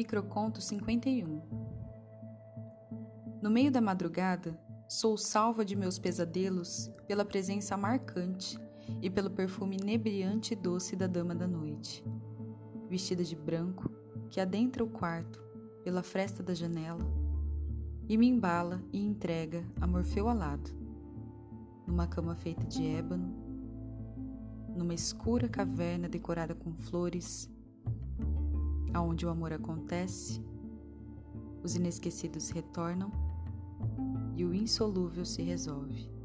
Microconto 51. No meio da madrugada, sou salva de meus pesadelos pela presença marcante e pelo perfume inebriante e doce da dama da noite, vestida de branco, que adentra o quarto pela fresta da janela e me embala e entrega a Morfeu alado, numa cama feita de ébano, numa escura caverna decorada com flores, aonde o amor acontece, os inesquecidos retornam e o insolúvel se resolve.